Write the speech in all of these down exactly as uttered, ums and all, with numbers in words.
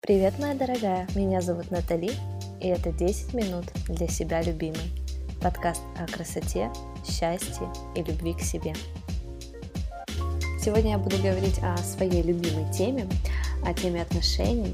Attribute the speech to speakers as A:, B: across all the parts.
A: Привет, моя дорогая! Меня зовут Натали, и это десять минут для себя любимой. Подкаст о красоте, счастье и любви к себе. Сегодня я буду говорить о своей любимой теме, о теме отношений.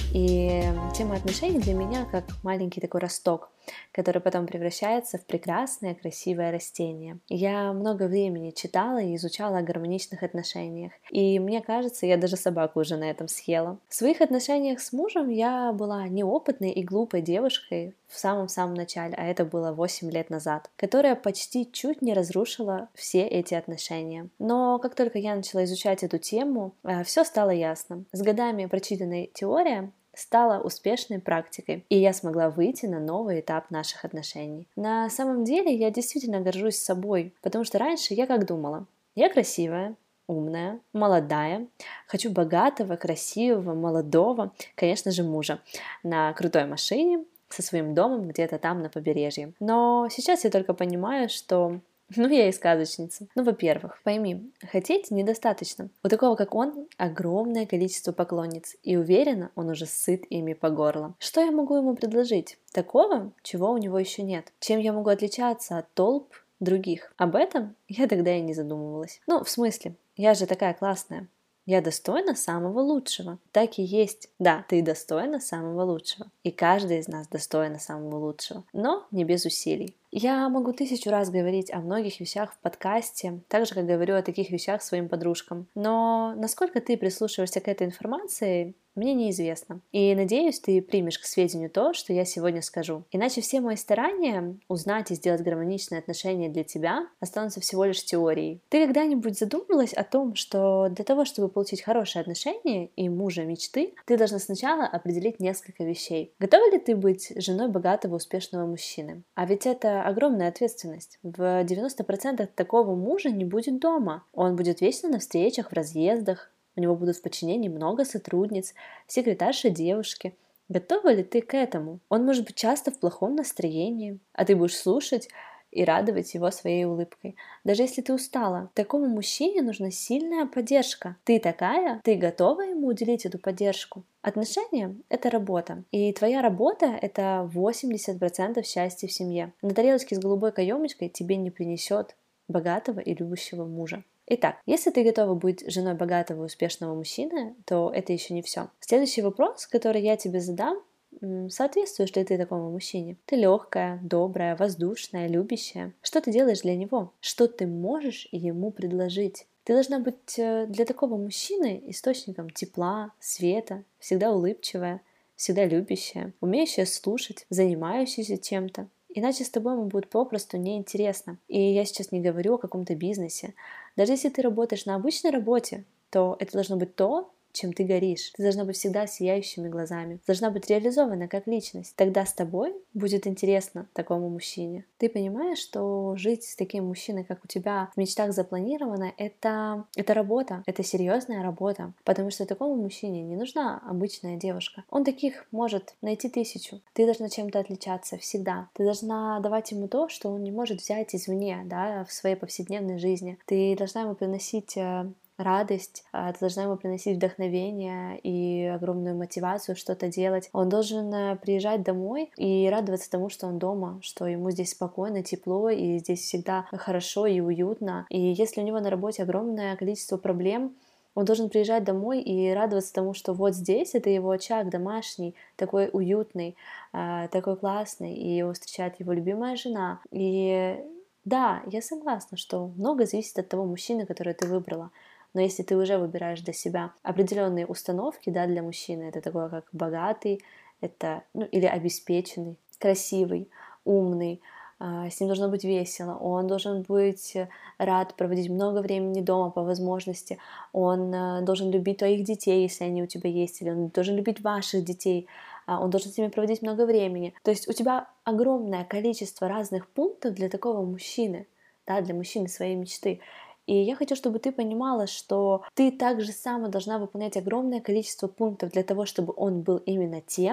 A: И тема отношений для меня как маленький такой росток, который потом превращается в прекрасное, красивое растение. Я много времени читала и изучала о гармоничных отношениях. И мне кажется, я даже собаку уже на этом съела. В своих отношениях с мужем я была неопытной и глупой девушкой в самом-самом начале, а это было восемь лет назад, которая почти чуть не разрушила все эти отношения. Но как только я начала изучать эту тему, все стало ясно. С годами прочитанная теория стала успешной практикой, и я смогла выйти на новый этап наших отношений. На самом деле я действительно горжусь собой, потому что раньше я как думала: я красивая, умная, молодая, хочу богатого, красивого, молодого, конечно же, мужа на крутой машине со своим домом где-то там на побережье. Но сейчас я только понимаю, что Ну, я и сказочница. Ну, во-первых, пойми, хотеть недостаточно. У такого, как он, огромное количество поклонниц, и уверена, он уже сыт ими по горло. Что я могу ему предложить? Такого, чего у него еще нет. Чем я могу отличаться от толп других? Об этом я тогда и не задумывалась. Ну, в смысле, я же такая классная. Я достойна самого лучшего. Так и есть. Да, ты достойна самого лучшего. И каждый из нас достойна самого лучшего. Но не без усилий. Я могу тысячу раз говорить о многих вещах в подкасте, так же, как говорю о таких вещах своим подружкам. Но насколько ты прислушиваешься к этой информации, мне неизвестно. И надеюсь, ты примешь к сведению то, что я сегодня скажу. Иначе все мои старания узнать и сделать гармоничные отношения для тебя останутся всего лишь теорией. Ты когда-нибудь задумывалась о том, что для того, чтобы получить хорошие отношения и мужа мечты, ты должна сначала определить несколько вещей. Готова ли ты быть женой богатого, успешного мужчины? А ведь это огромная ответственность. В девяноста процентах такого мужа не будет дома. Он будет вечно на встречах, в разъездах. У него будут в подчинении много сотрудниц, секретарши девушки. Готова ли ты к этому? Он может быть часто в плохом настроении, а ты будешь слушать и радовать его своей улыбкой. Даже если ты устала, такому мужчине нужна сильная поддержка. Ты такая, ты готова ему уделить эту поддержку? Отношения — это работа, и твоя работа — это восемьдесят процентов счастья в семье. На тарелочке с голубой каемочкой тебе не принесет богатого и любящего мужа. Итак, если ты готова быть женой богатого и успешного мужчины, то это еще не все. Следующий вопрос, который я тебе задам: соответствуешь ли ты такому мужчине? Ты легкая, добрая, воздушная, любящая. Что ты делаешь для него? Что ты можешь ему предложить? Ты должна быть для такого мужчины источником тепла, света, всегда улыбчивая, всегда любящая, умеющая слушать, занимающаяся чем-то. Иначе с тобой ему будет попросту неинтересно. И я сейчас не говорю о каком-то бизнесе. Даже если ты работаешь на обычной работе, то это должно быть то, чем ты горишь. Ты должна быть всегда сияющими глазами. Ты должна быть реализована как личность. Тогда с тобой будет интересно такому мужчине. Ты понимаешь, что жить с таким мужчиной, как у тебя в мечтах запланировано, это, это работа, это серьезная работа. Потому что такому мужчине не нужна обычная девушка. Он таких может найти тысячу. Ты должна чем-то отличаться всегда. Ты должна давать ему то, что он не может взять извне, да, в своей повседневной жизни. Ты должна ему приносить радость, ты должна ему приносить вдохновение и огромную мотивацию что-то делать. Он должен приезжать домой и радоваться тому, что он дома, что ему здесь спокойно, тепло, и здесь всегда хорошо и уютно. И если у него на работе огромное количество проблем, он должен приезжать домой и радоваться тому, что вот здесь это его очаг домашний, такой уютный, такой классный, и его встречает его любимая жена. И да, я согласна, что много зависит от того мужчины, который ты выбрала. Но если ты уже выбираешь для себя определенные установки, да, для мужчины, это такое, как богатый, это, ну, или обеспеченный, красивый, умный, с ним должно быть весело, он должен быть рад проводить много времени дома по возможности, он должен любить твоих детей, если они у тебя есть, или он должен любить ваших детей, он должен с ними проводить много времени. То есть у тебя огромное количество разных пунктов для такого мужчины, да, для мужчины своей мечты. И я хочу, чтобы ты понимала, что ты также сама должна выполнять огромное количество пунктов для того, чтобы он был именно тем,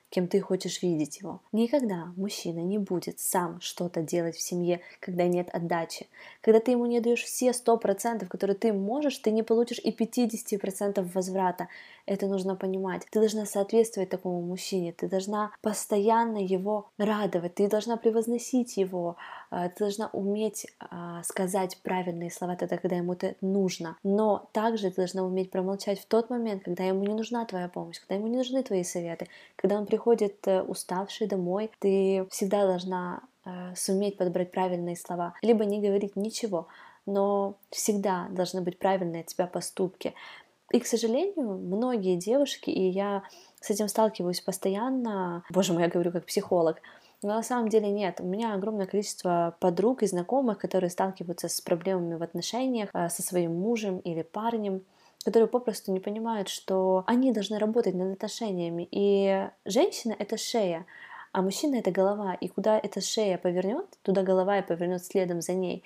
A: кем ты хочешь видеть его. Никогда мужчина не будет сам что-то делать в семье, когда нет отдачи. Когда ты ему не даешь все сто процентов, которые ты можешь, ты не получишь и пятьдесят процентов возврата. Это нужно понимать. Ты должна соответствовать такому мужчине, ты должна постоянно его радовать, ты должна превозносить его, ты должна уметь сказать правильные слова тогда, когда ему это нужно. Но также ты должна уметь промолчать в тот момент, когда ему не нужна твоя помощь, когда ему не нужны твои советы, когда он приходит уставший домой, ты всегда должна суметь подобрать правильные слова, либо не говорить ничего, но всегда должны быть правильные от тебя поступки. И, к сожалению, многие девушки, и я с этим сталкиваюсь постоянно, боже мой, я говорю как психолог, но на самом деле нет. У меня огромное количество подруг и знакомых, которые сталкиваются с проблемами в отношениях со своим мужем или парнем, которые попросту не понимают, что они должны работать над отношениями. И женщина — это шея, а мужчина — это голова. И куда эта шея повернет, туда голова и повернет следом за ней.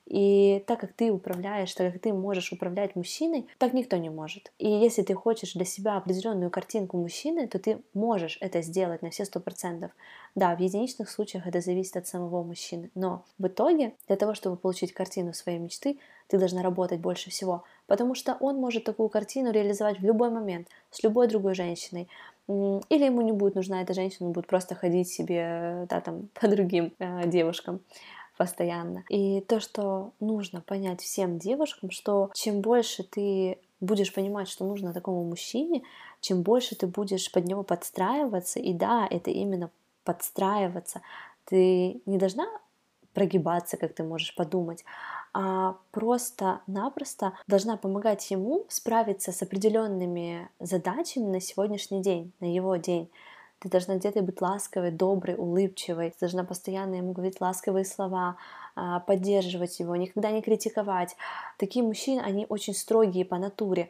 A: И так как ты управляешь, так как ты можешь управлять мужчиной, так никто не может. И если ты хочешь для себя определенную картинку мужчины, то ты можешь это сделать на все сто процентов. Да, в единичных случаях это зависит от самого мужчины. Но в итоге для того, чтобы получить картину своей мечты, ты должна работать больше всего. Потому что он может такую картину реализовать в любой момент, с любой другой женщиной. Или ему не будет нужна эта женщина, он будет просто ходить себе, да, там, по другим э, девушкам постоянно. И то, что нужно понять всем девушкам, что чем больше ты будешь понимать, что нужно такому мужчине, чем больше ты будешь под него подстраиваться, и да, это именно подстраиваться, ты не должна прогибаться, как ты можешь подумать, а просто-напросто должна помогать ему справиться с определенными задачами на сегодняшний день, на его день. Ты должна где-то быть ласковой, доброй, улыбчивой. Ты должна постоянно ему говорить ласковые слова, поддерживать его, никогда не критиковать. Такие мужчины, они очень строгие по натуре.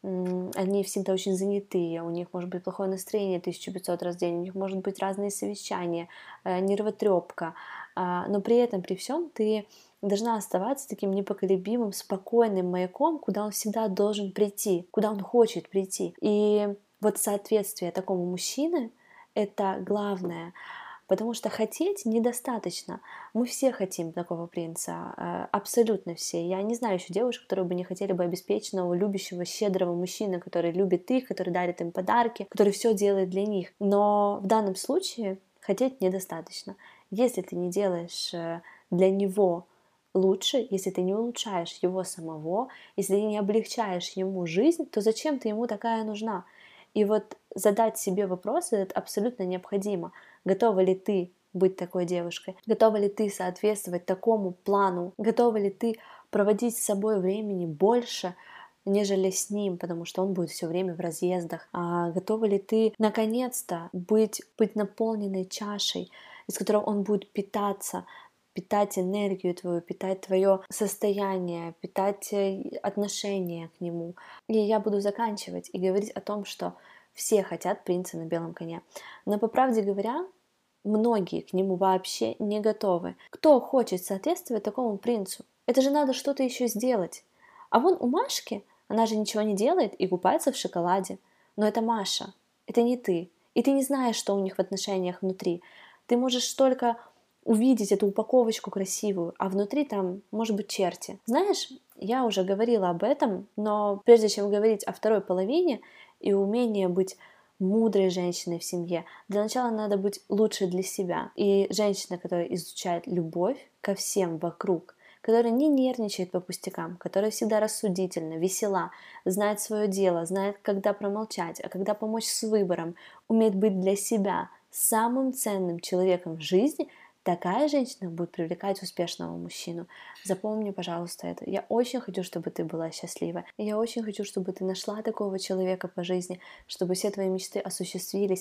A: Они всегда очень занятые, у них может быть плохое настроение тысяча пятьсот раз в день, у них может быть разные совещания, нервотрепка. Но при этом, при всем, ты должна оставаться таким непоколебимым, спокойным маяком, куда он всегда должен прийти, куда он хочет прийти. И вот соответствие такому мужчине — это главное, потому что хотеть недостаточно. Мы все хотим такого принца, абсолютно все. Я не знаю еще девушек, которые бы не хотели бы обеспеченного, любящего, щедрого мужчины, который любит их, который дарит им подарки, который все делает для них. Но в данном случае хотеть недостаточно. Если ты не делаешь для него лучше, если ты не улучшаешь его самого, если ты не облегчаешь ему жизнь, то зачем ты ему такая нужна? И вот задать себе вопрос этот абсолютно необходимо. Готова ли ты быть такой девушкой? Готова ли ты соответствовать такому плану? Готова ли ты проводить с собой времени больше, нежели с ним, потому что он будет все время в разъездах? А готова ли ты наконец-то быть, быть наполненной чашей, из которой он будет питаться, питать энергию твою, питать твое состояние, питать отношение к нему. И я буду заканчивать и говорить о том, что все хотят принца на белом коне. Но, по правде говоря, многие к нему вообще не готовы. Кто хочет соответствовать такому принцу? Это же надо что-то еще сделать. А вон у Машки, она же ничего не делает и купается в шоколаде. Но это Маша, это не ты. И ты не знаешь, что у них в отношениях внутри. Ты можешь только увидеть эту упаковочку красивую, а внутри там, может быть, черти. Знаешь, я уже говорила об этом, но прежде чем говорить о второй половине и умении быть мудрой женщиной в семье, для начала надо быть лучше для себя. И женщина, которая изучает любовь ко всем вокруг, которая не нервничает по пустякам, которая всегда рассудительна, весела, знает свое дело, знает, когда промолчать, а когда помочь с выбором, умеет быть для себя самым ценным человеком в жизни, такая женщина будет привлекать успешного мужчину. Запомни, пожалуйста, это. Я очень хочу, чтобы ты была счастлива. И я очень хочу, чтобы ты нашла такого человека по жизни, чтобы все твои мечты осуществились.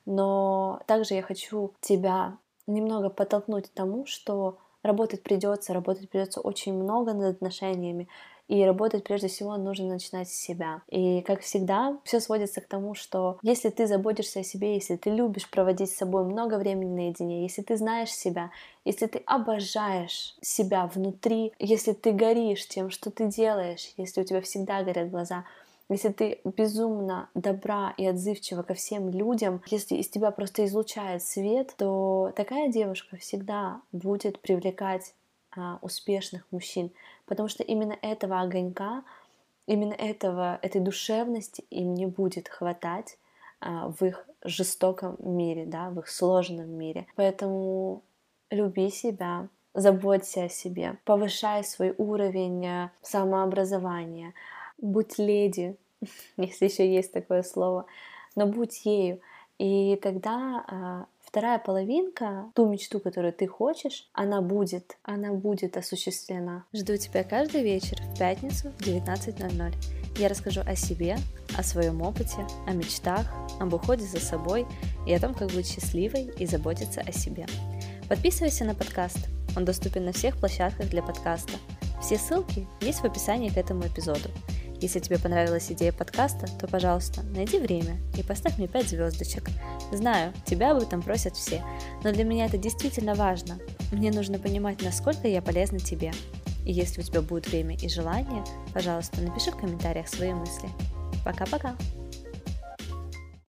A: Но также я хочу тебя немного подтолкнуть к тому, что работать придется, работать придется очень много над отношениями. И работать прежде всего нужно начинать с себя. И, как всегда, все сводится к тому, что если ты заботишься о себе, если ты любишь проводить с собой много времени наедине, если ты знаешь себя, если ты обожаешь себя внутри, если ты горишь тем, что ты делаешь, если у тебя всегда горят глаза, если ты безумно добра и отзывчива ко всем людям, если из тебя просто излучает свет, то такая девушка всегда будет привлекать а, успешных мужчин, потому что именно этого огонька, именно этого, этой душевности им не будет хватать а, в их жестоком мире, да, в их сложном мире. Поэтому люби себя, заботься о себе, повышай свой уровень самообразования, будь леди, если еще есть такое слово, но будь ею. И тогда а, вторая половинка, ту мечту, которую ты хочешь, она будет, она будет осуществлена. Жду тебя каждый вечер в пятницу в девятнадцать ноль ноль. Я расскажу о себе, о своем опыте, о мечтах, об уходе за собой и о том, как быть счастливой и заботиться о себе. Подписывайся на подкаст, он доступен на всех площадках для подкаста. Все ссылки есть в описании к этому эпизоду. Если тебе понравилась идея подкаста, то, пожалуйста, найди время и поставь мне пять звездочек. Знаю, тебя об этом просят все, но для меня это действительно важно. Мне нужно понимать, насколько я полезна тебе. И если у тебя будет время и желание, пожалуйста, напиши в комментариях свои мысли. Пока-пока!